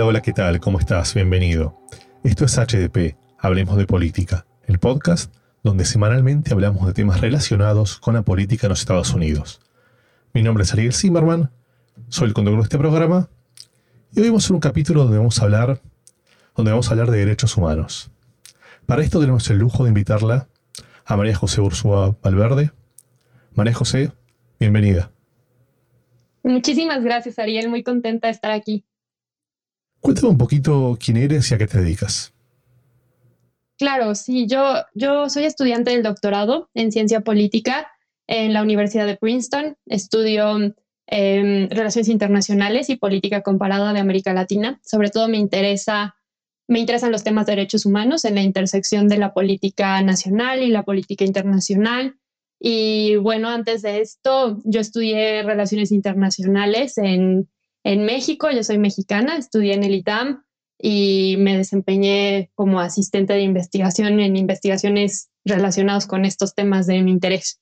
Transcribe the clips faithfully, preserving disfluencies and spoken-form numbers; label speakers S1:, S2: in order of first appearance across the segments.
S1: Hola, hola, ¿qué tal? ¿Cómo estás? Bienvenido. Esto es H D P, Hablemos de Política, el podcast donde semanalmente hablamos de temas relacionados con la política en los Estados Unidos. Mi nombre es Ariel Zimmerman, soy el conductor de este programa y hoy vamos a hacer un capítulo donde vamos a hablar, donde vamos a hablar de derechos humanos. Para esto tenemos el lujo de invitarla a María José Ursúa Valverde. María José, bienvenida.
S2: Muchísimas gracias, Ariel. Muy contenta de estar aquí.
S1: Cuéntame un poquito quién eres y a qué te dedicas.
S2: Claro, sí, yo, yo soy estudiante del doctorado en ciencia política en la Universidad de Princeton. Estudio eh, relaciones internacionales y política comparada de América Latina. Sobre todo me interesa, me interesan los temas de derechos humanos en la intersección de la política nacional y la política internacional. Y bueno, antes de esto, yo estudié relaciones internacionales en En México. Yo soy mexicana, estudié en el I T A M y me desempeñé como asistente de investigación en investigaciones relacionadas con estos temas de mi interés.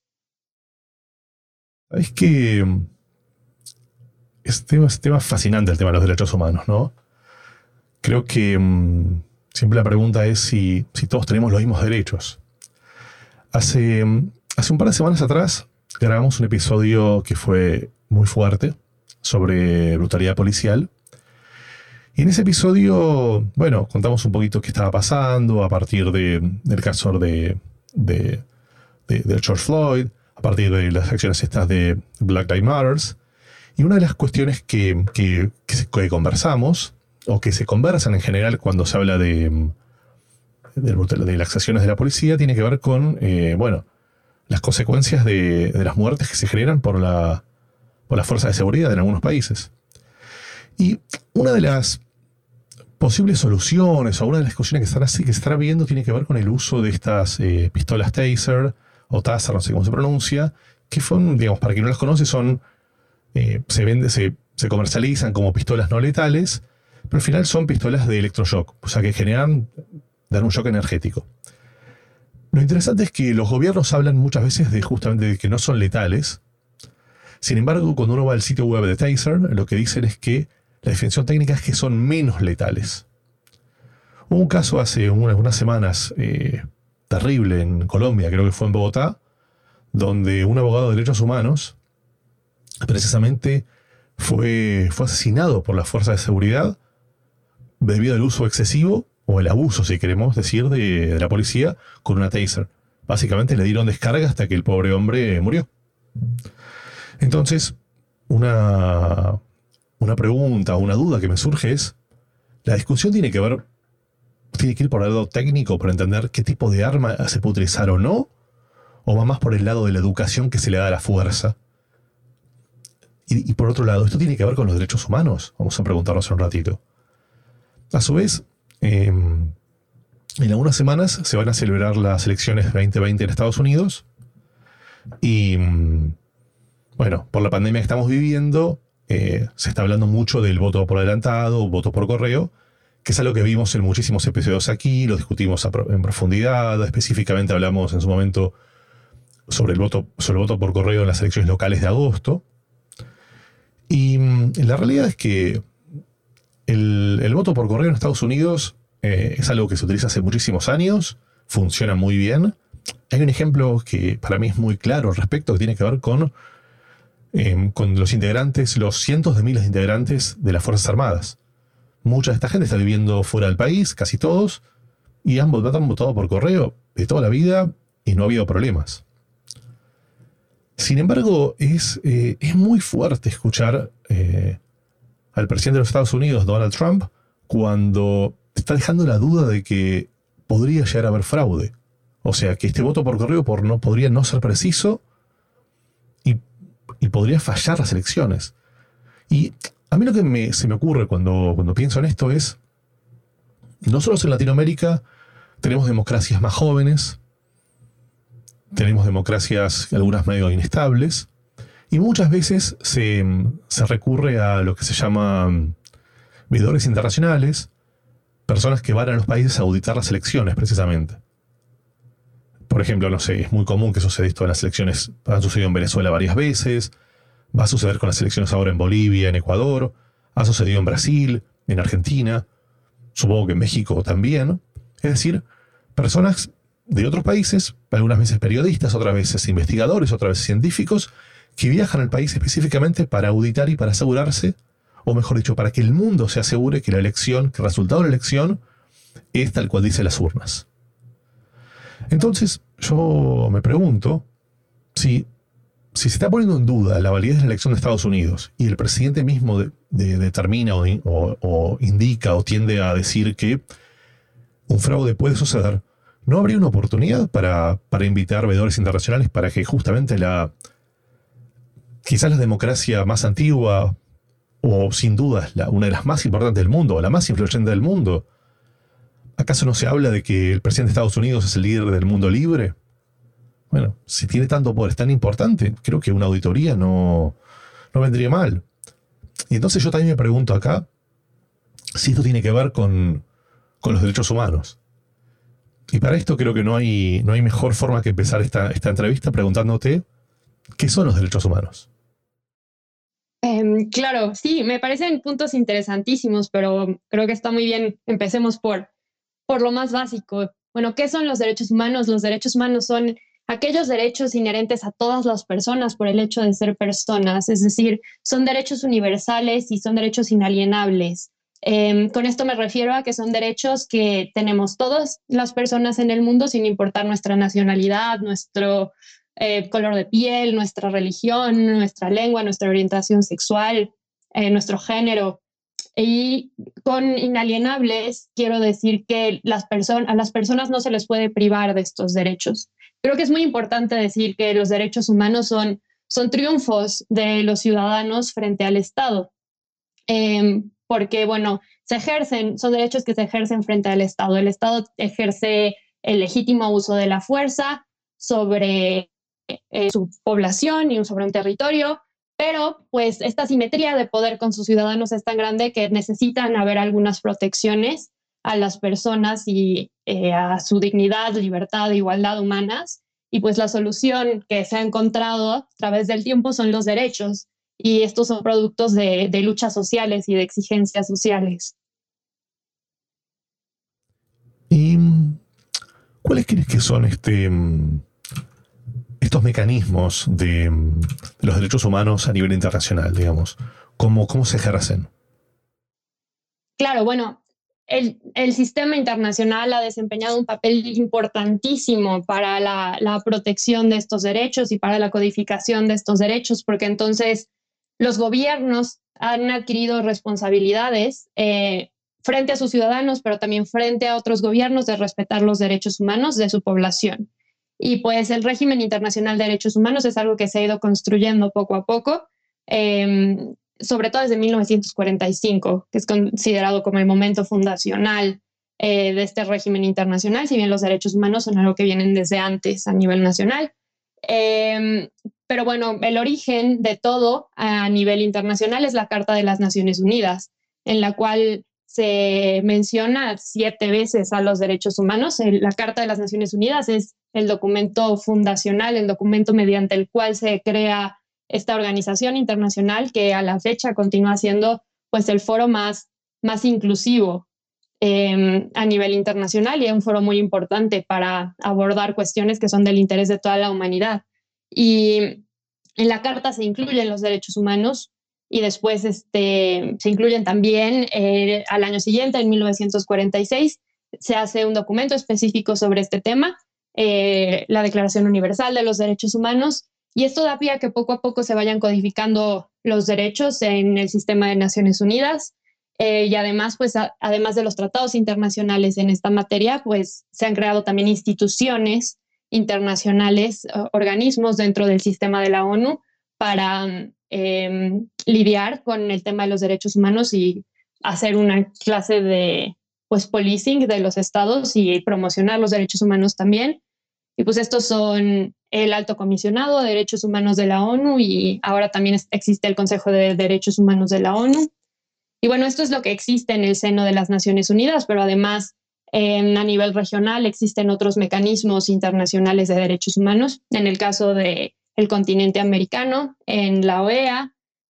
S1: Es que este tema, es tema fascinante el tema de los derechos humanos, ¿no? Creo que um, siempre la pregunta es si, si todos tenemos los mismos derechos. Hace, hace un par de semanas atrás grabamos un episodio que fue muy fuerte sobre brutalidad policial. Y en ese episodio, bueno, contamos un poquito qué estaba pasando a partir de, del caso de, de, de, de George Floyd, a partir de las acciones estas de Black Lives Matter. Y una de las cuestiones que, que, que, que conversamos, o que se conversan en general cuando se habla de, de, de las acciones de la policía, tiene que ver con, eh, bueno, las consecuencias de, de las muertes que se generan por la por las fuerzas de seguridad en algunos países. Y una de las posibles soluciones, o una de las discusiones que están así, que se están viendo, tiene que ver con el uso de estas eh, pistolas Taser, o Taser, no sé cómo se pronuncia, que son, digamos, para quien no las conoce, son, eh, se vende, se, se comercializan como pistolas no letales, pero al final son pistolas de electroshock, o sea que generan, dan un shock energético. Lo interesante es que los gobiernos hablan muchas veces de justamente de que no son letales. Sin embargo, cuando uno va al sitio web de Taser, lo que dicen es que la definición técnica es que son menos letales. Hubo un caso hace unas, unas semanas eh, terrible en Colombia, creo que fue en Bogotá, donde un abogado de derechos humanos precisamente fue, fue asesinado por las fuerzas de seguridad debido al uso excesivo, o el abuso, si queremos decir, de, de la policía con una Taser. Básicamente le dieron descarga hasta que el pobre hombre murió. Entonces, una, una pregunta, una duda que me surge es, la discusión tiene que ver, tiene que ir por el lado técnico para entender qué tipo de arma se puede utilizar o no, o va más por el lado de la educación que se le da a la fuerza. Y, y por otro lado, ¿esto tiene que ver con los derechos humanos? Vamos a preguntarnos en un ratito. A su vez, eh, en algunas semanas se van a celebrar las elecciones veinte veinte en Estados Unidos y... Bueno, por la pandemia que estamos viviendo, eh, se está hablando mucho del voto por adelantado, voto por correo, que es algo que vimos en muchísimos episodios aquí, lo discutimos a pro- en profundidad, específicamente hablamos en su momento sobre el voto, sobre el voto por correo en las elecciones locales de agosto. Y mm, la realidad es que el, el voto por correo en Estados Unidos eh, es algo que se utiliza hace muchísimos años, funciona muy bien. Hay un ejemplo que para mí es muy claro al respecto, que tiene que ver con Eh, con los integrantes, los cientos de miles de integrantes de las Fuerzas Armadas. Mucha de esta gente está viviendo fuera del país, casi todos, y han votado, han votado por correo de toda la vida y no ha habido problemas. Sin embargo, es, eh, es muy fuerte escuchar eh, al presidente de los Estados Unidos, Donald Trump, cuando está dejando la duda de que podría llegar a haber fraude. O sea, que este voto por correo por no, podría no ser preciso y podría fallar las elecciones. Y a mí lo que me, se me ocurre cuando, cuando pienso en esto es, nosotros en Latinoamérica tenemos democracias más jóvenes, tenemos democracias algunas medio inestables, y muchas veces se, se recurre a lo que se llama veedores internacionales, personas que van a los países a auditar las elecciones precisamente. Por ejemplo, no sé, es muy común que suceda esto en las elecciones, ha sucedido en Venezuela varias veces, va a suceder con las elecciones ahora en Bolivia, en Ecuador, ha sucedido en Brasil, en Argentina, supongo que en México también. Es decir, personas de otros países, algunas veces periodistas, otras veces investigadores, otras veces científicos, que viajan al país específicamente para auditar y para asegurarse, o mejor dicho, para que el mundo se asegure que la elección, que el resultado de la elección es tal cual dice las urnas. Entonces, yo me pregunto si, si se está poniendo en duda la validez de la elección de Estados Unidos y el presidente mismo de, de, determina o, o, o indica o tiende a decir que un fraude puede suceder, ¿no habría una oportunidad para, para invitar veedores internacionales para que justamente la, quizás la democracia más antigua, o sin dudas la, una de las más importantes del mundo, o la más influyente del mundo, ¿acaso no se habla de que el presidente de Estados Unidos es el líder del mundo libre? Bueno, si tiene tanto poder, es tan importante, creo que una auditoría no, no vendría mal. Y entonces yo también me pregunto acá si esto tiene que ver con, con los derechos humanos. Y para esto creo que no hay, no hay mejor forma que empezar esta, esta entrevista preguntándote ¿qué son los derechos humanos?
S2: Um, claro, sí, me parecen puntos interesantísimos, pero creo que está muy bien. Empecemos por, por lo más básico. Bueno, ¿qué son los derechos humanos? Los derechos humanos son aquellos derechos inherentes a todas las personas por el hecho de ser personas, es decir, son derechos universales y son derechos inalienables. Eh, con esto me refiero a que son derechos que tenemos todas las personas en el mundo sin importar nuestra nacionalidad, nuestro eh, color de piel, nuestra religión, nuestra lengua, nuestra orientación sexual, eh, nuestro género. Y con inalienables quiero decir que las person- a las personas no se les puede privar de estos derechos. Creo que es muy importante decir que los derechos humanos son, son triunfos de los ciudadanos frente al Estado. Eh, porque, bueno, se ejercen, son derechos que se ejercen frente al Estado. El Estado ejerce el legítimo uso de la fuerza sobre eh, su población y sobre un territorio, pero pues esta simetría de poder con sus ciudadanos es tan grande que necesitan haber algunas protecciones a las personas y eh, a su dignidad, libertad, igualdad humanas. Y pues la solución que se ha encontrado a través del tiempo son los derechos. Y estos son productos de, de luchas sociales y de exigencias sociales.
S1: ¿Y cuáles crees que son este, estos mecanismos de, de los derechos humanos a nivel internacional, digamos? ¿Cómo, cómo se ejercen?
S2: Claro, bueno, el, el sistema internacional ha desempeñado un papel importantísimo para la, la protección de estos derechos y para la codificación de estos derechos, porque entonces los gobiernos han adquirido responsabilidades eh, frente a sus ciudadanos, pero también frente a otros gobiernos de respetar los derechos humanos de su población. Y pues el régimen internacional de derechos humanos es algo que se ha ido construyendo poco a poco, eh, sobre todo desde mil novecientos cuarenta y cinco, que es considerado como el momento fundacional eh, de este régimen internacional, si bien los derechos humanos son algo que vienen desde antes a nivel nacional. Eh, pero bueno, el origen de todo a nivel internacional es la Carta de las Naciones Unidas, en la cual se menciona siete veces a los derechos humanos. La Carta de las Naciones Unidas es el documento fundacional, el documento mediante el cual se crea esta organización internacional que a la fecha continúa siendo pues, el foro más, más inclusivo eh, a nivel internacional y es un foro muy importante para abordar cuestiones que son del interés de toda la humanidad. Y en la Carta se incluyen los derechos humanos y después este, se incluyen también eh, al año siguiente, en mil novecientos cuarenta y seis, se hace un documento específico sobre este tema, eh, la Declaración Universal de los Derechos Humanos, y esto da pie a que poco a poco se vayan codificando los derechos en el sistema de Naciones Unidas. Eh, y además, pues, a, además de los tratados internacionales en esta materia, pues se han creado también instituciones internacionales, uh, organismos dentro del sistema de la ONU para eh, lidiar con el tema de los derechos humanos y hacer una clase de pues, policing de los estados y promocionar los derechos humanos también. Y pues estos son el Alto Comisionado de Derechos Humanos de la ONU y ahora también existe el Consejo de Derechos Humanos de la ONU. Y bueno, esto es lo que existe en el seno de las Naciones Unidas, pero además eh, a nivel regional existen otros mecanismos internacionales de derechos humanos. En el caso del continente americano, en la O E A,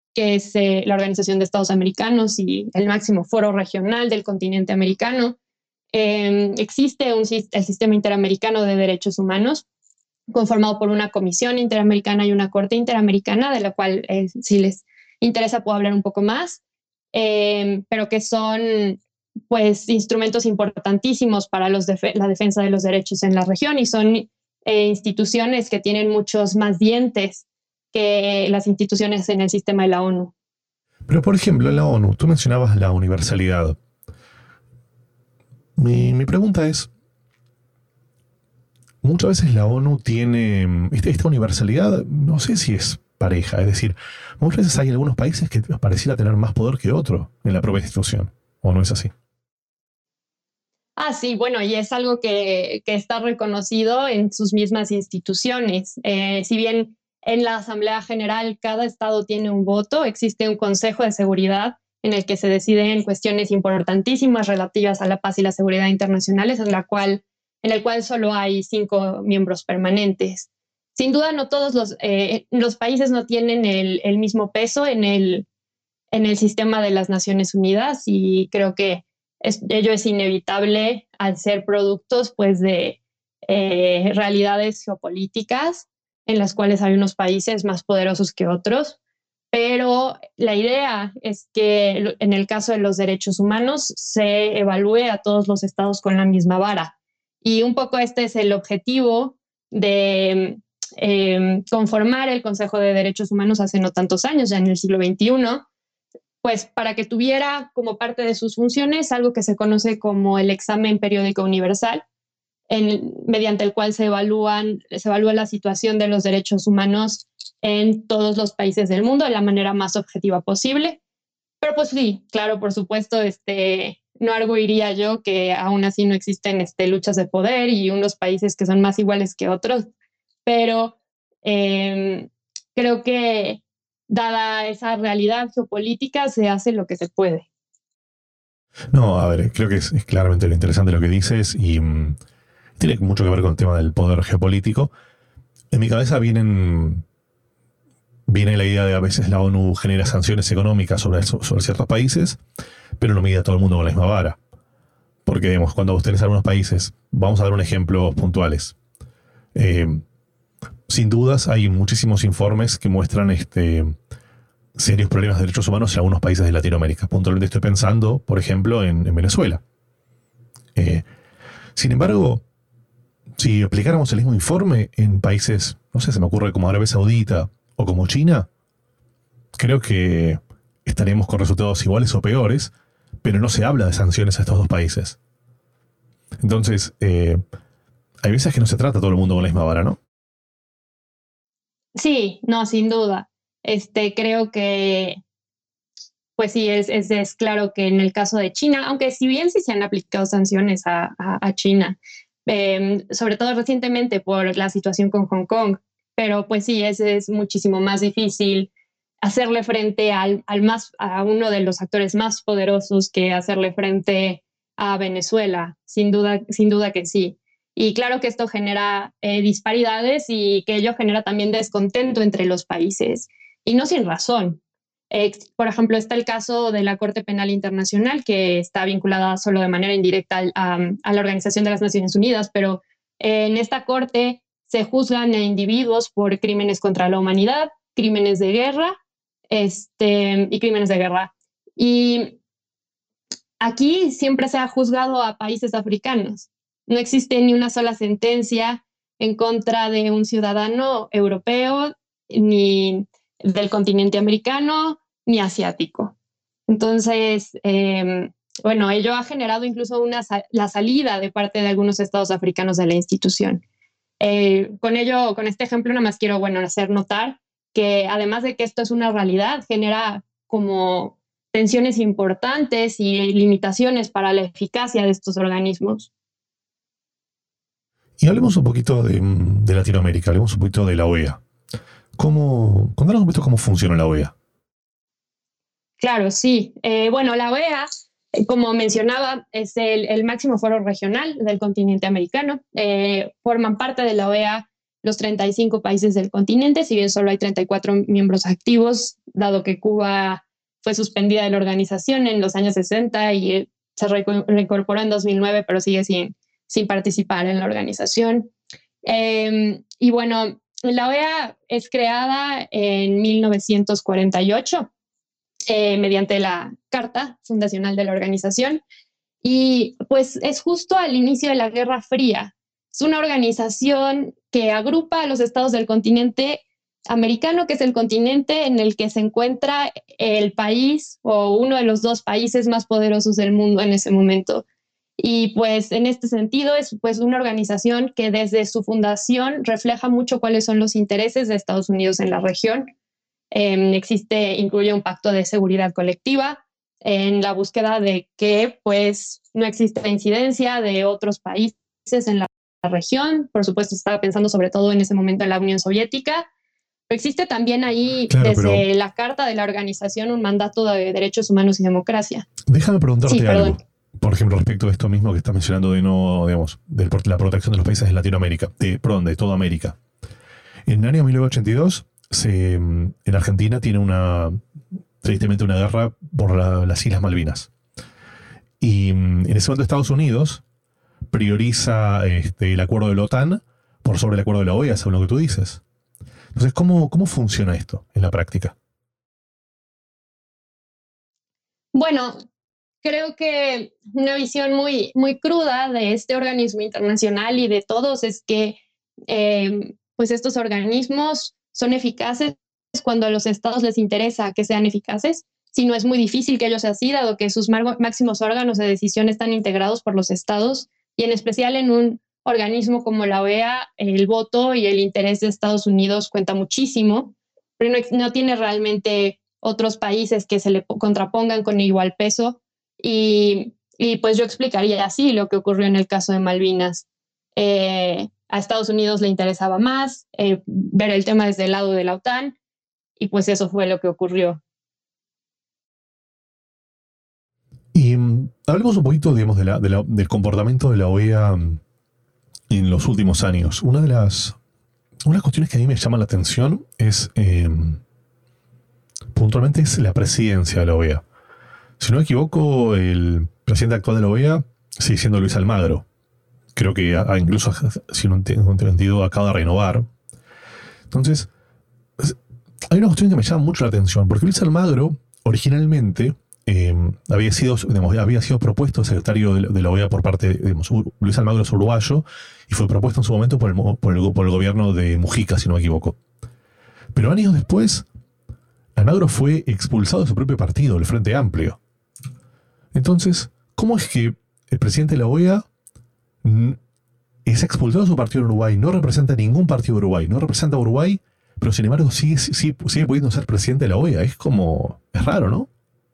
S2: que es eh, la Organización de Estados Americanos y el máximo foro regional del continente americano. Eh, existe un, el Sistema Interamericano de Derechos Humanos, conformado por una comisión interamericana y una corte interamericana, de la cual, eh, si les interesa, puedo hablar un poco más, eh, pero que son pues instrumentos importantísimos para los def- la defensa de los derechos en la región, y son eh, instituciones que tienen muchos más dientes que las instituciones en el sistema de la ONU.
S1: Pero, por ejemplo, en la ONU, tú mencionabas la universalidad. Mi, mi pregunta es, muchas veces la ONU tiene esta, esta universalidad, no sé si es pareja, es decir, muchas veces hay algunos países que pareciera tener más poder que otro en la propia institución, ¿o no es así?
S2: Ah, sí, bueno, y es algo que, que está reconocido en sus mismas instituciones. Eh, si bien en la Asamblea General cada estado tiene un voto, existe un Consejo de Seguridad en el que se deciden cuestiones importantísimas relativas a la paz y la seguridad internacionales, en la cual, en el cual solo hay cinco miembros permanentes. Sin duda, no todos los, eh, los países no tienen el, el mismo peso en el, en el sistema de las Naciones Unidas, y creo que es, ello es inevitable al ser productos pues, de eh, realidades geopolíticas en las cuales hay unos países más poderosos que otros. Pero la idea es que en el caso de los derechos humanos se evalúe a todos los estados con la misma vara. Y un poco este es el objetivo de eh, conformar el Consejo de Derechos Humanos hace no tantos años, ya en el siglo veintiuno, pues para que tuviera como parte de sus funciones algo que se conoce como el examen periódico universal, en, mediante el cual se, evalúan, se evalúa la situación de los derechos humanos en todos los países del mundo de la manera más objetiva posible. Pero pues sí, claro, por supuesto, este, no arguiría yo que aún así no existen este, luchas de poder y unos países que son más iguales que otros, pero eh, creo que dada esa realidad geopolítica se hace lo que se puede.
S1: No, a ver, creo que es, es claramente lo interesante lo que dices y mmm, tiene mucho que ver con el tema del poder geopolítico. En mi cabeza vienen, viene la idea de a veces la ONU genera sanciones económicas sobre, sobre ciertos países, pero no mide a todo el mundo con la misma vara. Porque, digamos, cuando vos tenés algunos países, vamos a dar un ejemplo puntuales. Eh, sin dudas, hay muchísimos informes que muestran este, serios problemas de derechos humanos en algunos países de Latinoamérica. Puntualmente estoy pensando, por ejemplo, en, en Venezuela. Eh, sin embargo, si aplicáramos el mismo informe en países, no sé, se me ocurre como Arabia Saudita o como China, creo que estaríamos con resultados iguales o peores, pero no se habla de sanciones a estos dos países. Entonces, eh, hay veces que no se trata a todo el mundo con la misma vara, ¿no?
S2: Sí, no, sin duda. Este, creo que, pues sí, es, es, es claro que en el caso de China, aunque si bien sí se han aplicado sanciones a, a, a China, eh, sobre todo recientemente por la situación con Hong Kong, pero pues sí, es, es muchísimo más difícil hacerle frente al, al más, a uno de los actores más poderosos que hacerle frente a Venezuela, sin duda, sin duda que sí. Y claro que esto genera eh, disparidades y que ello genera también descontento entre los países, y no sin razón. Eh, por ejemplo, está el caso de la Corte Penal Internacional, que está vinculada solo de manera indirecta a, a la Organización de las Naciones Unidas, pero eh, en esta corte se juzgan a individuos por crímenes contra la humanidad, crímenes de guerra este, y crímenes de guerra. Y aquí siempre se ha juzgado a países africanos. No existe ni una sola sentencia en contra de un ciudadano europeo, ni del continente americano, ni asiático. Entonces, eh, bueno, ello ha generado incluso una, la salida de parte de algunos estados africanos de la institución. Eh, con ello, con este ejemplo, nada más quiero, bueno, hacer notar que además de que esto es una realidad, genera como tensiones importantes y limitaciones para la eficacia de estos organismos.
S1: Y hablemos un poquito de, de Latinoamérica, hablemos un poquito de la O E A. ¿Cómo, contanos un poquito cómo funciona la O E A?
S2: Claro, sí. Eh, bueno, la O E A, eh, como mencionaba, es el, el máximo foro regional del continente americano. Eh, forman parte de la O E A los treinta y cinco países del continente, si bien solo hay treinta y cuatro miembros activos, dado que Cuba fue suspendida de la organización en los años sesenta y se reincorporó en dos mil nueve, pero sigue sin, sin participar en la organización. Eh, y bueno, la O E A es creada en mil novecientos cuarenta y ocho eh, mediante la Carta Fundacional de la organización, y pues es justo al inicio de la Guerra Fría. Es una organización que agrupa a los estados del continente americano, que es el continente en el que se encuentra el país o uno de los dos países más poderosos del mundo en ese momento. Y pues en este sentido es pues una organización que desde su fundación refleja mucho cuáles son los intereses de Estados Unidos en la región. Eh, existe, incluye un pacto de seguridad colectiva en la búsqueda de que pues no exista incidencia de otros países en la región. Por supuesto, estaba pensando sobre todo en ese momento en la Unión Soviética. Pero existe también ahí,
S1: claro,
S2: desde
S1: pero
S2: la Carta de la organización, un mandato de derechos humanos y democracia.
S1: Déjame preguntarte
S2: Sí,
S1: algo.
S2: perdón.
S1: Por ejemplo, respecto de esto mismo que estás mencionando de no, digamos, de la protección de los países de Latinoamérica, de, perdón, de toda América. En el año mil novecientos ochenta y dos, se, en Argentina tiene una, tristemente, una guerra por la, las Islas Malvinas. Y en ese momento Estados Unidos prioriza este, el acuerdo de la OTAN por sobre el acuerdo de la O E A, según lo que tú dices. Entonces, ¿cómo, cómo funciona esto en la práctica?
S2: Bueno, creo que una visión muy, muy cruda de este organismo internacional y de todos es que eh, pues estos organismos son eficaces cuando a los estados les interesa que sean eficaces. Si no, es muy difícil que ellos sean así, dado que sus máximos órganos de decisión están integrados por los estados, y en especial en un organismo como la O E A, el voto y el interés de Estados Unidos cuenta muchísimo, pero no, no tiene realmente otros países que se le contrapongan con igual peso. Y, y pues yo explicaría así lo que ocurrió en el caso de Malvinas. Eh, a Estados Unidos le interesaba más eh, ver el tema desde el lado de la OTAN, y pues eso fue lo que ocurrió.
S1: Y um, hablemos un poquito, digamos, de la, de la, del comportamiento de la O E A um, en los últimos años. Una de las, una de las cuestiones que a mí me llama la atención es, eh, puntualmente, es la presidencia de la O E A. Si no me equivoco, el presidente actual de la O E A sigue siendo Luis Almagro. Creo que a, a incluso, si no tengo entendido, acaba de renovar. Entonces, hay una cuestión que me llama mucho la atención, porque Luis Almagro originalmente eh, había, sido, digamos, había sido propuesto secretario de, de la O E A por parte, digamos, Luis Almagro es uruguayo y fue propuesto en su momento por el, por el, por el gobierno de Mujica, si no me equivoco. Pero años después, Almagro fue expulsado de su propio partido, el Frente Amplio. Entonces, ¿cómo es que el presidente de la O E A es expulsado de su partido en Uruguay, no representa ningún partido de Uruguay, no representa a Uruguay, pero sin embargo sigue, sigue, sigue pudiendo ser presidente de la O E A? Es como, es raro, ¿no?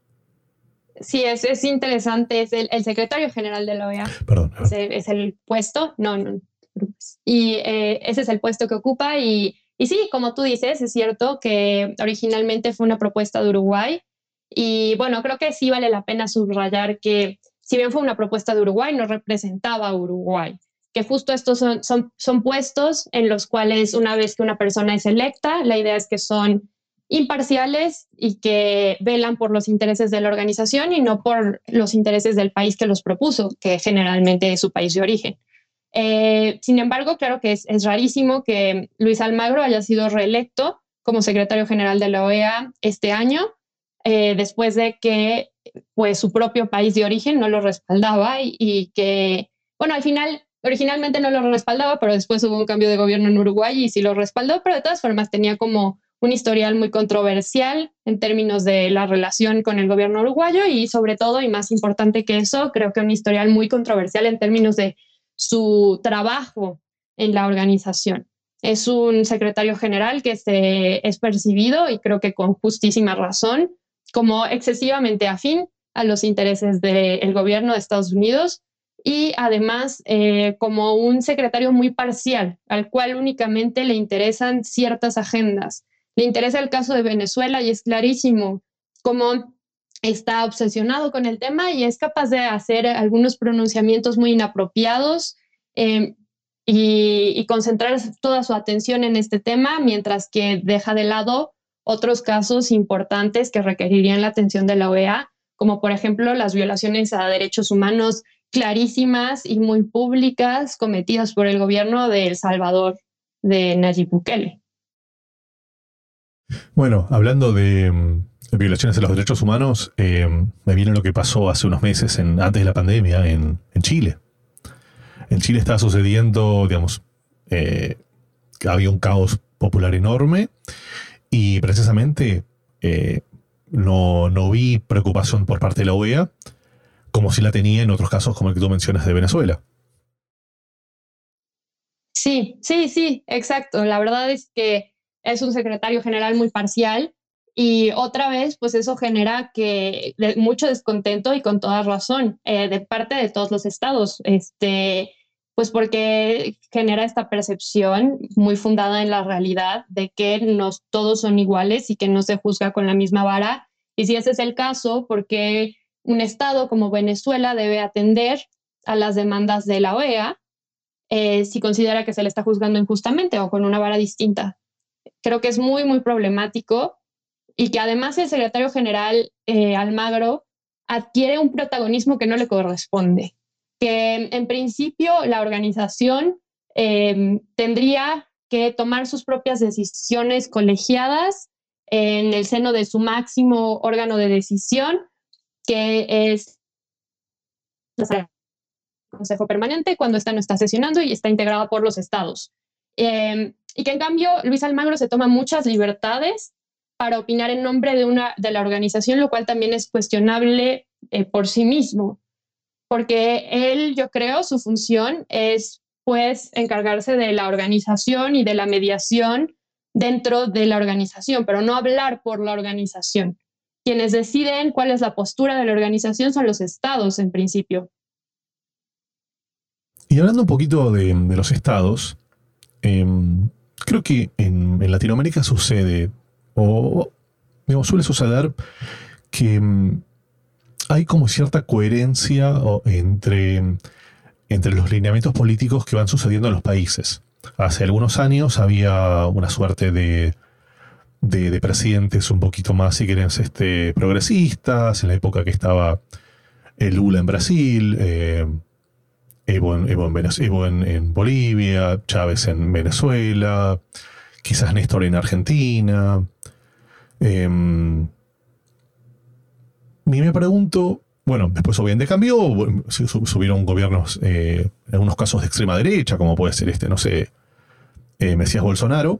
S2: Sí, es, es interesante, es el, el secretario general de la O E A.
S1: Perdón.
S2: Es el, es el puesto, no, no. Y eh, ese es el puesto que ocupa, y, y sí, como tú dices, es cierto que originalmente fue una propuesta de Uruguay, y bueno, creo que sí vale la pena subrayar que si bien fue una propuesta de Uruguay, no representaba a Uruguay, que justo estos son, son, son puestos en los cuales una vez que una persona es electa, la idea es que son imparciales y que velan por los intereses de la organización y no por los intereses del país que los propuso, que generalmente es su país de origen. Eh, sin embargo, claro que es, es rarísimo que Luis Almagro haya sido reelecto como secretario general de la O E A este año, eh, después de que pues, su propio país de origen no lo respaldaba, y, y que, bueno, al final, originalmente no lo respaldaba, pero después hubo un cambio de gobierno en Uruguay y sí lo respaldó, pero de todas formas tenía como un historial muy controversial en términos de la relación con el gobierno uruguayo, y sobre todo, y más importante que eso, creo que un historial muy controversial en términos de su trabajo en la organización. Es un secretario general que se, es percibido, y creo que con justísima razón, como excesivamente afín a los intereses del gobierno de Estados Unidos, y además eh, como un secretario muy parcial, al cual únicamente le interesan ciertas agendas. Le interesa el caso de Venezuela, y es clarísimo cómo está obsesionado con el tema y es capaz de hacer algunos pronunciamientos muy inapropiados, eh, y, y concentrar toda su atención en este tema, mientras que deja de lado otros casos importantes que requerirían la atención de la O E A, como por ejemplo las violaciones a derechos humanos clarísimas y muy públicas cometidas por el gobierno de El Salvador, de Nayib Bukele.
S1: Bueno, hablando de, de violaciones de los derechos humanos, eh, me viene lo que pasó hace unos meses, en, antes de la pandemia, en, en Chile. En Chile estaba sucediendo, digamos, eh, que había un caos popular enorme y precisamente eh, no, no vi preocupación por parte de la O E A, como si la tenía en otros casos como el que tú mencionas de Venezuela.
S2: Sí, sí, sí, exacto. La verdad es que es un secretario general muy parcial y otra vez, pues eso genera que de, mucho descontento y con toda razón eh, de parte de todos los estados, este, pues porque genera esta percepción muy fundada en la realidad de que nos, todos son iguales y que no se juzga con la misma vara. Y si ese es el caso, ¿por qué un estado como Venezuela debe atender a las demandas de la O E A? Eh, si considera que se le está juzgando injustamente o con una vara distinta. Creo que es muy, muy problemático y que además el secretario general eh, Almagro adquiere un protagonismo que no le corresponde, que en principio la organización eh, tendría que tomar sus propias decisiones colegiadas en el seno de su máximo órgano de decisión, que es la Consejo Permanente, cuando esta no está sesionando y está integrada por los estados. Eh, y que en cambio Luis Almagro se toma muchas libertades para opinar en nombre de, una, de la organización, lo cual también es cuestionable eh, por sí mismo, porque él, yo creo, su función es pues encargarse de la organización y de la mediación dentro de la organización, pero no hablar por la organización. Quienes deciden cuál es la postura de la organización son los estados, en principio.
S1: Y hablando un poquito de, de los estados, eh, creo que en, en Latinoamérica sucede, o digamos, suele suceder que um, hay como cierta coherencia o, entre, entre los lineamientos políticos que van sucediendo en los países. Hace algunos años había una suerte de, de, de presidentes un poquito más, si quieren, este, progresistas, en la época que estaba el Lula en Brasil, eh, Evo, en, Evo, en, Venez- Evo en, en Bolivia, Chávez en Venezuela, quizás Néstor en Argentina. Eh, y me pregunto, bueno, después obviamente cambió, subieron gobiernos, eh, en algunos casos de extrema derecha, como puede ser este, no sé, eh, Mesías Bolsonaro.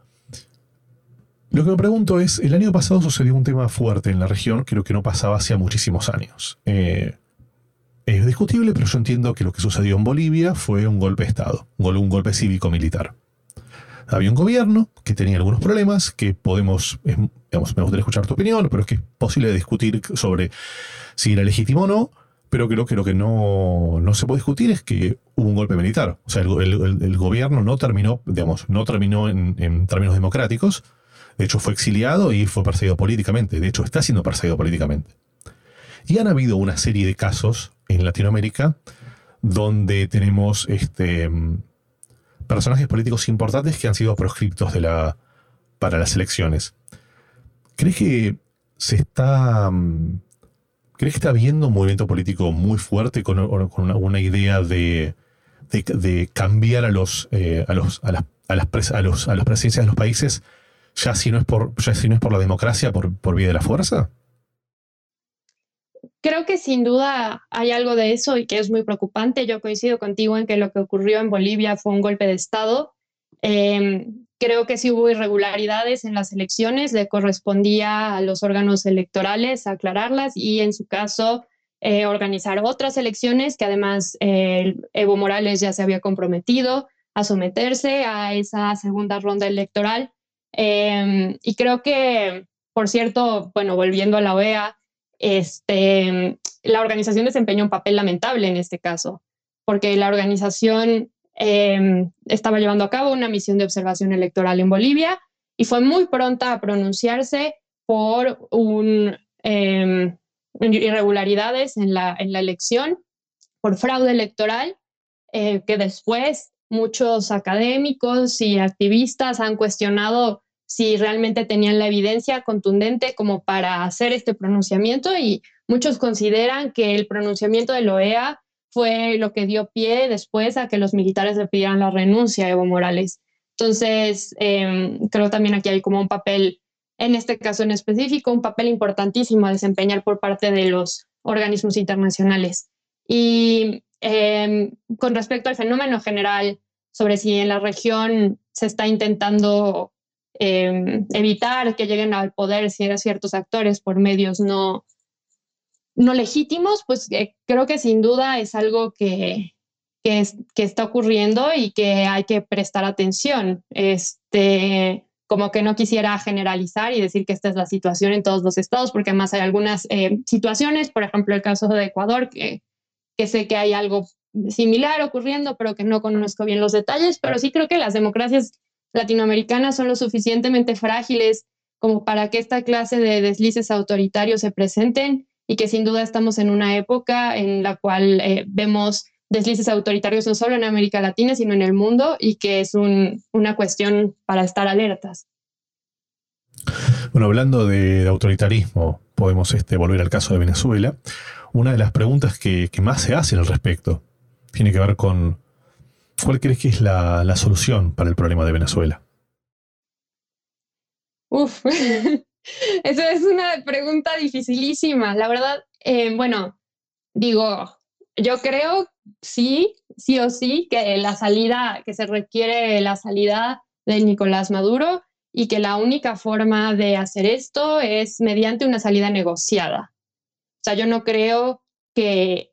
S1: Lo que me pregunto es, el año pasado sucedió un tema fuerte en la región, creo que no pasaba hacía muchísimos años. Eh, Es discutible, pero yo entiendo que lo que sucedió en Bolivia fue un golpe de Estado, un, gol- un golpe cívico-militar. Había un gobierno que tenía algunos problemas que podemos, es- digamos, me gustaría escuchar tu opinión, pero es que es posible discutir sobre si era legítimo o no, pero creo que lo que no, no se puede discutir es que hubo un golpe militar. O sea, el, el- el- el gobierno no terminó, digamos, no terminó en, en términos democráticos. De hecho, fue exiliado y fue perseguido políticamente. De hecho, está siendo perseguido políticamente. Y han habido una serie de casos en Latinoamérica donde tenemos este, personajes políticos importantes que han sido proscriptos de la, para las elecciones. ¿Crees que se está... ¿Crees que está habiendo un movimiento político muy fuerte con, con una, una idea de, de, de cambiar a los, eh, a los, a las, a las, pres, a los, a las presidencias de los países, ya si no es por, ya si no es por la democracia, por, por vía de la fuerza?
S2: Creo que sin duda hay algo de eso y que es muy preocupante. Yo coincido contigo en que lo que ocurrió en Bolivia fue un golpe de Estado. Eh, creo que sí hubo irregularidades en las elecciones, le correspondía a los órganos electorales aclararlas y en su caso eh, organizar otras elecciones que además eh, Evo Morales ya se había comprometido a someterse a esa segunda ronda electoral. Eh, y creo que, por cierto, bueno, volviendo a la O E A, este, la organización desempeñó un papel lamentable en este caso, porque la organización eh, estaba llevando a cabo una misión de observación electoral en Bolivia y fue muy pronta a pronunciarse por un, eh, irregularidades en la, en la elección, por fraude electoral, eh, que después muchos académicos y activistas han cuestionado si realmente tenían la evidencia contundente como para hacer este pronunciamiento, y muchos consideran que el pronunciamiento de la O E A fue lo que dio pie después a que los militares le pidieran la renuncia a Evo Morales. Entonces, eh, creo también aquí hay como un papel, en este caso en específico, un papel importantísimo a desempeñar por parte de los organismos internacionales. Y eh, con respecto al fenómeno general, sobre si en la región se está intentando eh, evitar que lleguen al poder ciertos actores por medios no, no legítimos, pues eh, creo que sin duda es algo que, que, es, que está ocurriendo y que hay que prestar atención. Este, como que no quisiera generalizar y decir que esta es la situación en todos los estados, porque además hay algunas eh, situaciones, por ejemplo, el caso de Ecuador, que, que sé que hay algo similar ocurriendo, pero que no conozco bien los detalles, pero sí creo que las democracias latinoamericanas son lo suficientemente frágiles como para que esta clase de deslices autoritarios se presenten, y que sin duda estamos en una época en la cual eh, vemos deslices autoritarios no solo en América Latina, sino en el mundo, y que es un, una cuestión para estar alertas.
S1: Bueno, hablando de, de autoritarismo, podemos este, volver al caso de Venezuela. Una de las preguntas que, que más se hacen al respecto tiene que ver con ¿cuál crees que es la, la solución para el problema de Venezuela?
S2: Uf, esa es una pregunta dificilísima. La verdad, eh, bueno, digo, yo creo sí, sí o sí, que la salida, que se requiere la salida de Nicolás Maduro, y que la única forma de hacer esto es mediante una salida negociada. O sea, yo no creo que,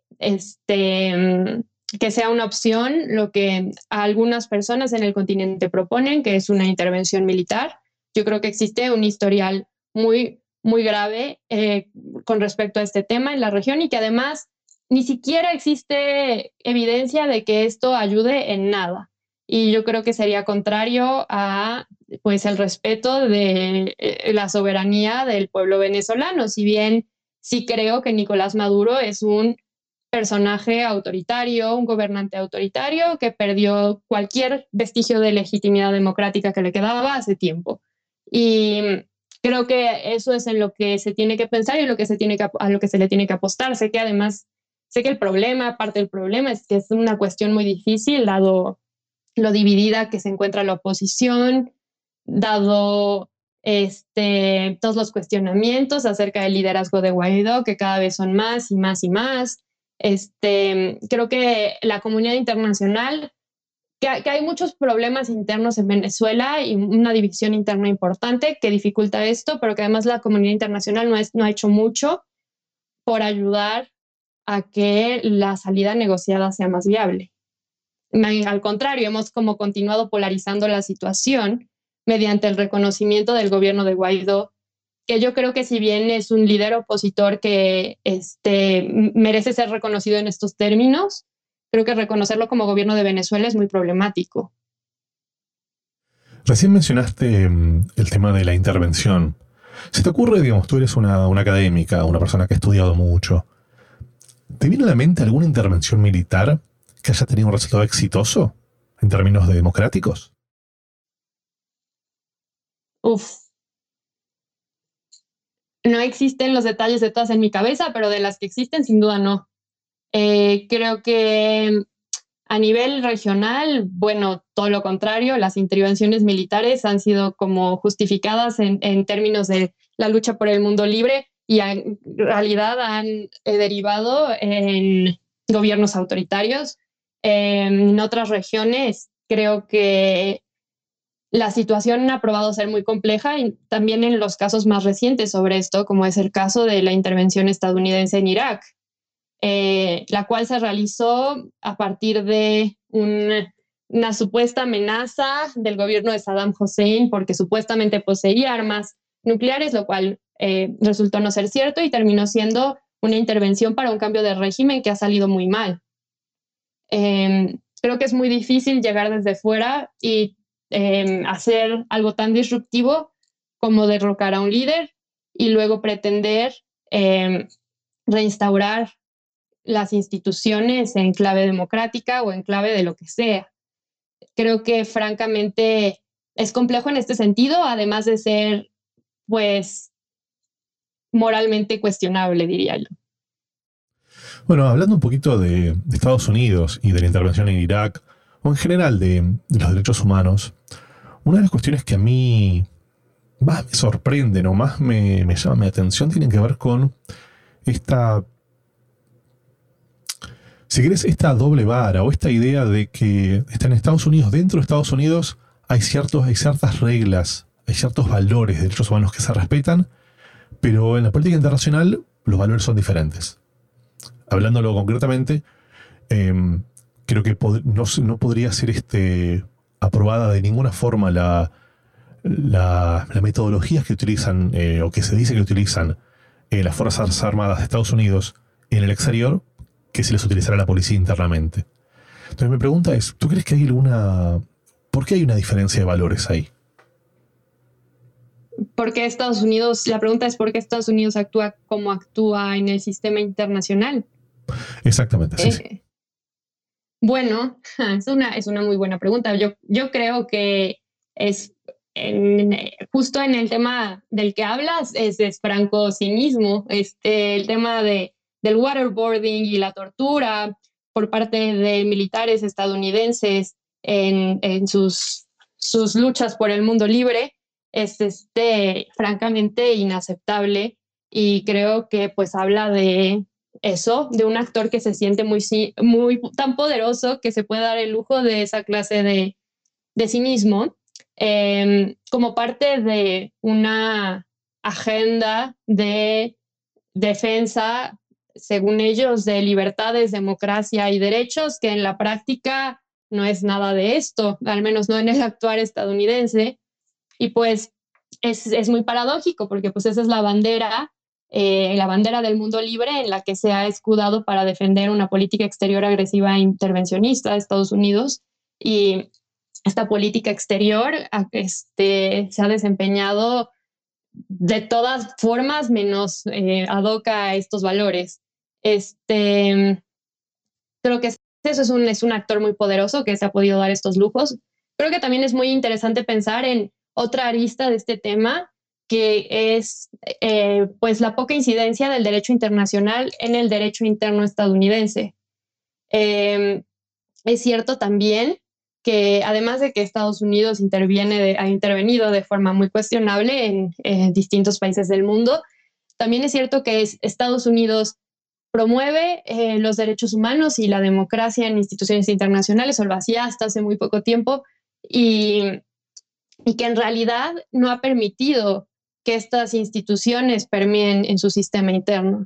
S2: este, que sea una opción lo que algunas personas en el continente proponen, que es una intervención militar. Yo creo que existe un historial muy, muy grave eh, con respecto a este tema en la región, y que además ni siquiera existe evidencia de que esto ayude en nada. Y yo creo que sería contrario a pues, el respeto de eh, la soberanía del pueblo venezolano. Si bien sí creo que Nicolás Maduro es un personaje autoritario, un gobernante autoritario que perdió cualquier vestigio de legitimidad democrática que le quedaba hace tiempo. Y creo que eso es en lo que se tiene que pensar y lo que se tiene que, a lo que se le tiene que apostar. Sé que además, sé que el problema, parte del problema es que es una cuestión muy difícil, dado lo dividida que se encuentra la oposición, dado este, todos los cuestionamientos acerca del liderazgo de Guaidó, que cada vez son más y más y más. Este, creo que la comunidad internacional, que, que hay muchos problemas internos en Venezuela y una división interna importante que dificulta esto, pero que además la comunidad internacional no, es, no ha hecho mucho por ayudar a que la salida negociada sea más viable. Al contrario, hemos como continuado polarizando la situación mediante el reconocimiento del gobierno de Guaidó, que yo creo que si bien es un líder opositor que este, merece ser reconocido en estos términos, creo que reconocerlo como gobierno de Venezuela es muy problemático.
S1: Recién mencionaste um, el tema de la intervención. ¿Se te ocurre, digamos, tú eres una, una académica, una persona que ha estudiado mucho, ¿te viene a la mente alguna intervención militar que haya tenido un resultado exitoso en términos de democráticos?
S2: Uf. No existen los detalles de todas en mi cabeza, pero de las que existen, sin duda no. Eh, creo que a nivel regional, bueno, todo lo contrario, las intervenciones militares han sido como justificadas en, en términos de la lucha por el mundo libre, y en realidad han eh, derivado en gobiernos autoritarios. Eh, en otras regiones creo que la situación ha probado ser muy compleja, y también en los casos más recientes sobre esto, como es el caso de la intervención estadounidense en Irak, eh, la cual se realizó a partir de un, una supuesta amenaza del gobierno de Saddam Hussein porque supuestamente poseía armas nucleares, lo cual eh, resultó no ser cierto y terminó siendo una intervención para un cambio de régimen que ha salido muy mal. Eh, creo que es muy difícil llegar desde fuera y eh, hacer algo tan disruptivo como derrocar a un líder y luego pretender eh, reinstaurar las instituciones en clave democrática o en clave de lo que sea. creo que francamente es complejo en este sentido, además de ser, pues, moralmente cuestionable, diría yo.
S1: Bueno, hablando un poquito de, de Estados Unidos y de la intervención en Irak, o en general de, de los derechos humanos, una de las cuestiones que a mí más me sorprenden o más me, me llama mi atención tienen que ver con esta, si querés, esta doble vara o esta idea de que está en Estados Unidos, dentro de Estados Unidos hay, ciertos, hay ciertas reglas, hay ciertos valores de derechos humanos que se respetan, pero en la política internacional los valores son diferentes. Hablándolo concretamente, eh, creo que pod- no, no podría ser este, aprobada de ninguna forma la, la, la metodología que utilizan, eh, o que se dice que utilizan eh, las Fuerzas Armadas de Estados Unidos en el exterior, que si les utilizará la policía internamente. Entonces mi pregunta es, ¿tú crees que hay alguna... ¿Por qué hay una diferencia de valores ahí?
S2: ¿Por qué Estados Unidos? La pregunta es ¿por qué Estados Unidos actúa como actúa en el sistema internacional?
S1: Exactamente, sí, sí.
S2: Eh, bueno, es una, es una muy buena pregunta. Yo, yo creo que es en, justo en el tema del que hablas, es, es franco cinismo. Este, el tema de, del waterboarding y la tortura por parte de militares estadounidenses en, en sus, sus luchas por el mundo libre es este, francamente inaceptable, y creo que pues habla de eso, de un actor que se siente muy, muy tan poderoso que se puede dar el lujo de esa clase de, de cinismo, eh, como parte de una agenda de defensa, según ellos, de libertades, democracia y derechos, que en la práctica no es nada de esto, al menos no en el actuar estadounidense. Y pues es, es muy paradójico porque pues esa es la bandera, eh, la bandera del mundo libre en la que se ha escudado para defender una política exterior agresiva e intervencionista de Estados Unidos. Y esta política exterior este, se ha desempeñado de todas formas menos eh, ad hoc a estos valores. Este, creo que eso es un, es un actor muy poderoso que se ha podido dar estos lujos. Creo que también es muy interesante pensar en otra arista de este tema, que es eh, pues la poca incidencia del derecho internacional en el derecho interno estadounidense. Eh, es cierto también que además de que Estados Unidos interviene de, ha intervenido de forma muy cuestionable en eh, distintos países del mundo, también es cierto que es Estados Unidos promueve eh, los derechos humanos y la democracia en instituciones internacionales, o lo hacía hasta hace muy poco tiempo, y, y que en realidad no ha permitido que estas instituciones permeen en su sistema interno.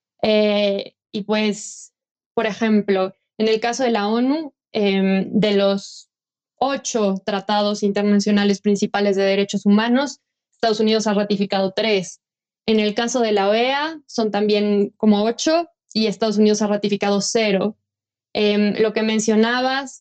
S2: Eh, y pues, por ejemplo, en el caso de la ONU, eh, de los ocho tratados internacionales principales de derechos humanos, Estados Unidos ha ratificado tres. En el caso de la O E A, son también como ocho y Estados Unidos ha ratificado cero. Eh, lo que mencionabas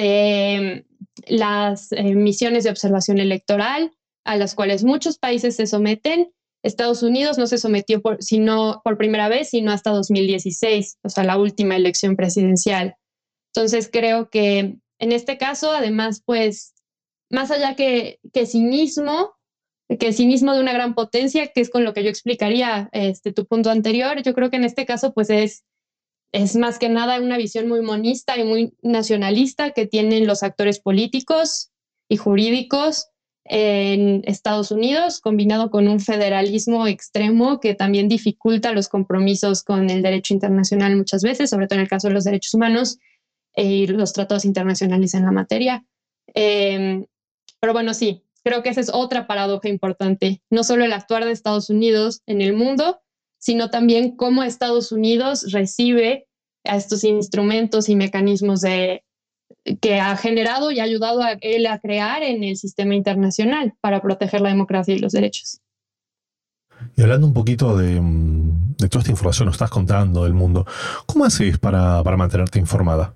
S2: de las eh, misiones de observación electoral, a las cuales muchos países se someten, Estados Unidos no se sometió por, sino, por primera vez, sino hasta dos mil dieciséis, o sea, la última elección presidencial. Entonces creo que en este caso, además, pues, más allá que, que cinismo, que cinismo de una gran potencia, que es con lo que yo explicaría este, tu punto anterior, yo creo que en este caso, pues, es, es más que nada una visión muy monista y muy nacionalista que tienen los actores políticos y jurídicos en Estados Unidos, combinado con un federalismo extremo que también dificulta los compromisos con el derecho internacional muchas veces, sobre todo en el caso de los derechos humanos y los tratados internacionales en la materia. Eh, pero bueno, sí, creo que esa es otra paradoja importante, no solo el actuar de Estados Unidos en el mundo, sino también cómo Estados Unidos recibe a estos instrumentos y mecanismos de, que ha generado y ha ayudado a él a crear en el sistema internacional para proteger la democracia y los derechos.
S1: Y hablando un poquito de, de toda esta información que nos estás contando del mundo, ¿cómo haces para, para mantenerte informada?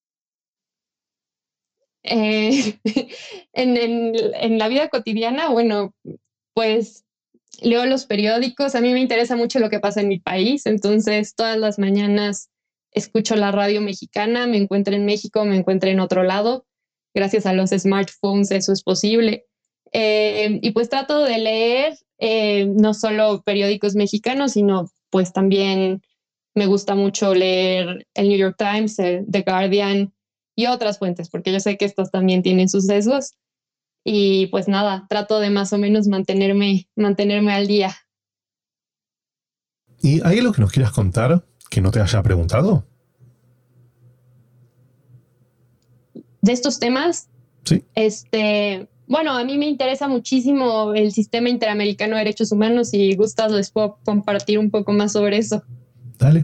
S2: Eh, en, en, en la vida cotidiana, bueno, pues leo los periódicos, a mí me interesa mucho lo que pasa en mi país, entonces todas las mañanas escucho la radio mexicana, me encuentro en México, me encuentro en otro lado, gracias a los smartphones eso es posible. Eh, y pues trato de leer eh, no solo periódicos mexicanos, sino pues también me gusta mucho leer el New York Times, el The Guardian y otras fuentes, porque yo sé que estos también tienen sus sesgos. Y pues nada, trato de más o menos mantenerme, mantenerme al día.
S1: ¿Y hay algo que nos quieras contar que no te haya preguntado?
S2: De estos temas,
S1: sí.
S2: Este, bueno, a mí me interesa muchísimo el sistema interamericano de derechos humanos y gustas les puedo compartir un poco más sobre eso.
S1: Dale.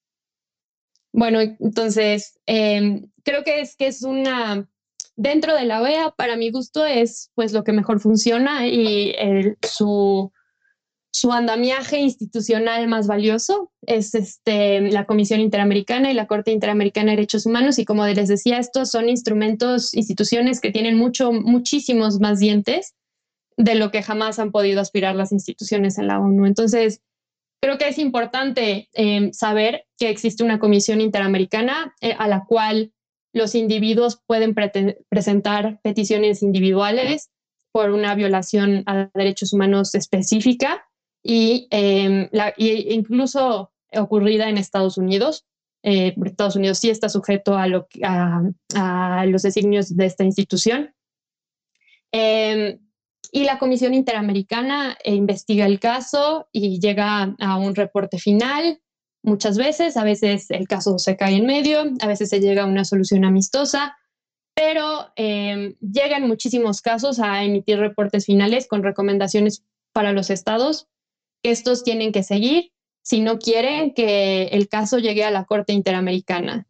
S2: Bueno, entonces, eh, creo que es que es una... Dentro de la O E A, para mi gusto, es pues lo que mejor funciona y el, su, su andamiaje institucional más valioso es este, la Comisión Interamericana y la Corte Interamericana de Derechos Humanos. Y como les decía, estos son instrumentos, instituciones que tienen mucho, muchísimos más dientes de lo que jamás han podido aspirar las instituciones en la ONU. Entonces, creo que es importante eh, saber que existe una Comisión Interamericana eh, a la cual los individuos pueden pre- presentar peticiones individuales por una violación a derechos humanos específica y, eh, la, y incluso ocurrida en Estados Unidos. Eh, Estados Unidos sí está sujeto a, lo, a, a los designios de esta institución. Eh, y la Comisión Interamericana eh, investiga el caso y llega a un reporte final. Muchas veces, a veces el caso se cae en medio, a veces se llega a una solución amistosa, pero eh, llegan muchísimos casos a emitir reportes finales con recomendaciones para los estados que estos tienen que seguir si no quieren que el caso llegue a la Corte Interamericana.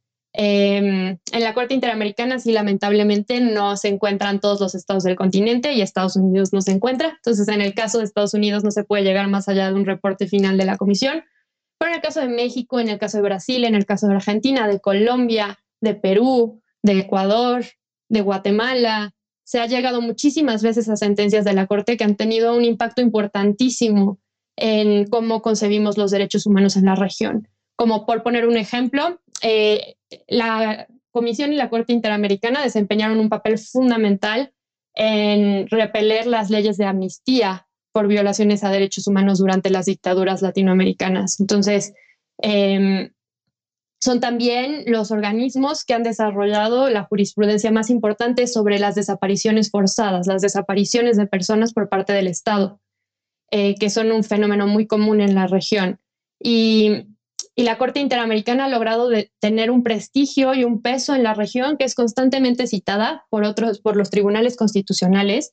S2: Eh, en la Corte Interamericana sí, lamentablemente no se encuentran todos los estados del continente y Estados Unidos no se encuentra. Entonces, en el caso de Estados Unidos no se puede llegar más allá de un reporte final de la comisión. Pero en el caso de México, en el caso de Brasil, en el caso de Argentina, de Colombia, de Perú, de Ecuador, de Guatemala, se ha llegado muchísimas veces a sentencias de la Corte que han tenido un impacto importantísimo en cómo concebimos los derechos humanos en la región. Como por poner un ejemplo, eh, la Comisión y la Corte Interamericana desempeñaron un papel fundamental en repeler las leyes de amnistía por violaciones a derechos humanos durante las dictaduras latinoamericanas. Entonces, eh, son también los organismos que han desarrollado la jurisprudencia más importante sobre las desapariciones forzadas, las desapariciones de personas por parte del Estado, eh, que son un fenómeno muy común en la región. Y, y la Corte Interamericana ha logrado de tener un prestigio y un peso en la región que es constantemente citada por, otros, por los tribunales constitucionales,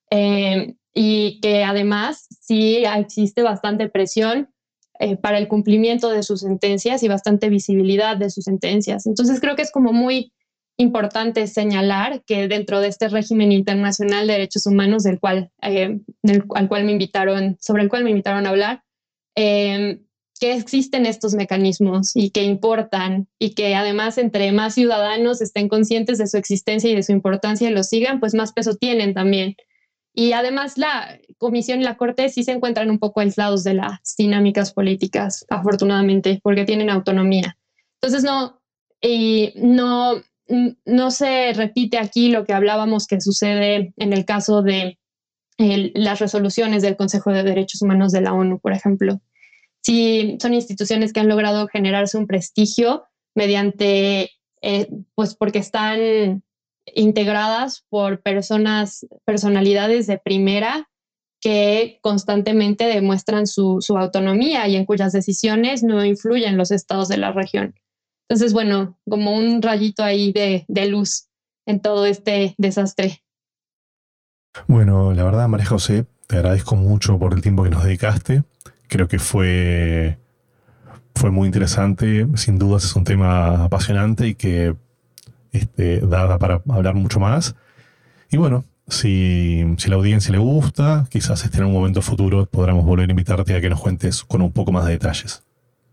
S2: eh, y que además sí existe bastante presión eh, para el cumplimiento de sus sentencias y bastante visibilidad de sus sentencias. Entonces creo que es como muy importante señalar que dentro de este régimen internacional de derechos humanos del cual, eh, del, al cual me invitaron, sobre el cual me invitaron a hablar, eh, que existen estos mecanismos y que importan y que además entre más ciudadanos estén conscientes de su existencia y de su importancia y lo sigan, pues más peso tienen también. Y además la Comisión y la Corte sí se encuentran un poco aislados de las dinámicas políticas, afortunadamente, porque tienen autonomía. Entonces no, y no, no se repite aquí lo que hablábamos que sucede en el caso de el, las resoluciones del Consejo de Derechos Humanos de la ONU, por ejemplo. Sí, son instituciones que han logrado generarse un prestigio mediante, eh, pues porque están integradas por personas, personalidades de primera que constantemente demuestran su, su autonomía y en cuyas decisiones no influyen los estados de la región. Entonces, bueno, como un rayito ahí de, de luz en todo este desastre.
S1: Bueno, la verdad, María José, te agradezco mucho por el tiempo que nos dedicaste. Creo que fue, fue muy interesante. Sin dudas es un tema apasionante y que este, da para hablar mucho más. Y bueno, si, si a la audiencia le gusta, quizás este en un momento futuro podamos volver a invitarte a que nos cuentes con un poco más de detalles.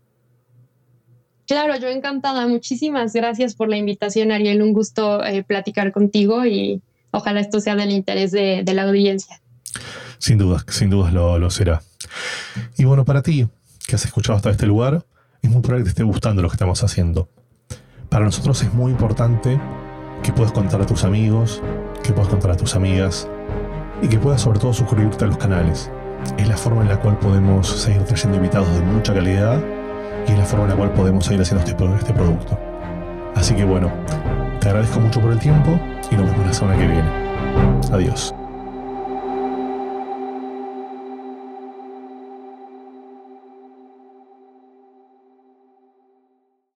S2: Claro, yo encantada. Muchísimas gracias por la invitación, Ariel. Un gusto eh, platicar contigo y ojalá esto sea del interés de, de la audiencia.
S1: Sin dudas, sin dudas lo, lo será. Y bueno, para ti, que has escuchado hasta este lugar, es muy probable que te esté gustando lo que estamos haciendo. Para nosotros es muy importante que puedas contar a tus amigos, que puedas contar a tus amigas y que puedas sobre todo suscribirte a los canales. Es la forma en la cual podemos seguir trayendo invitados de mucha calidad y es la forma en la cual podemos seguir haciendo este, este producto. Así que bueno, te agradezco mucho por el tiempo y nos vemos la semana que viene. Adiós.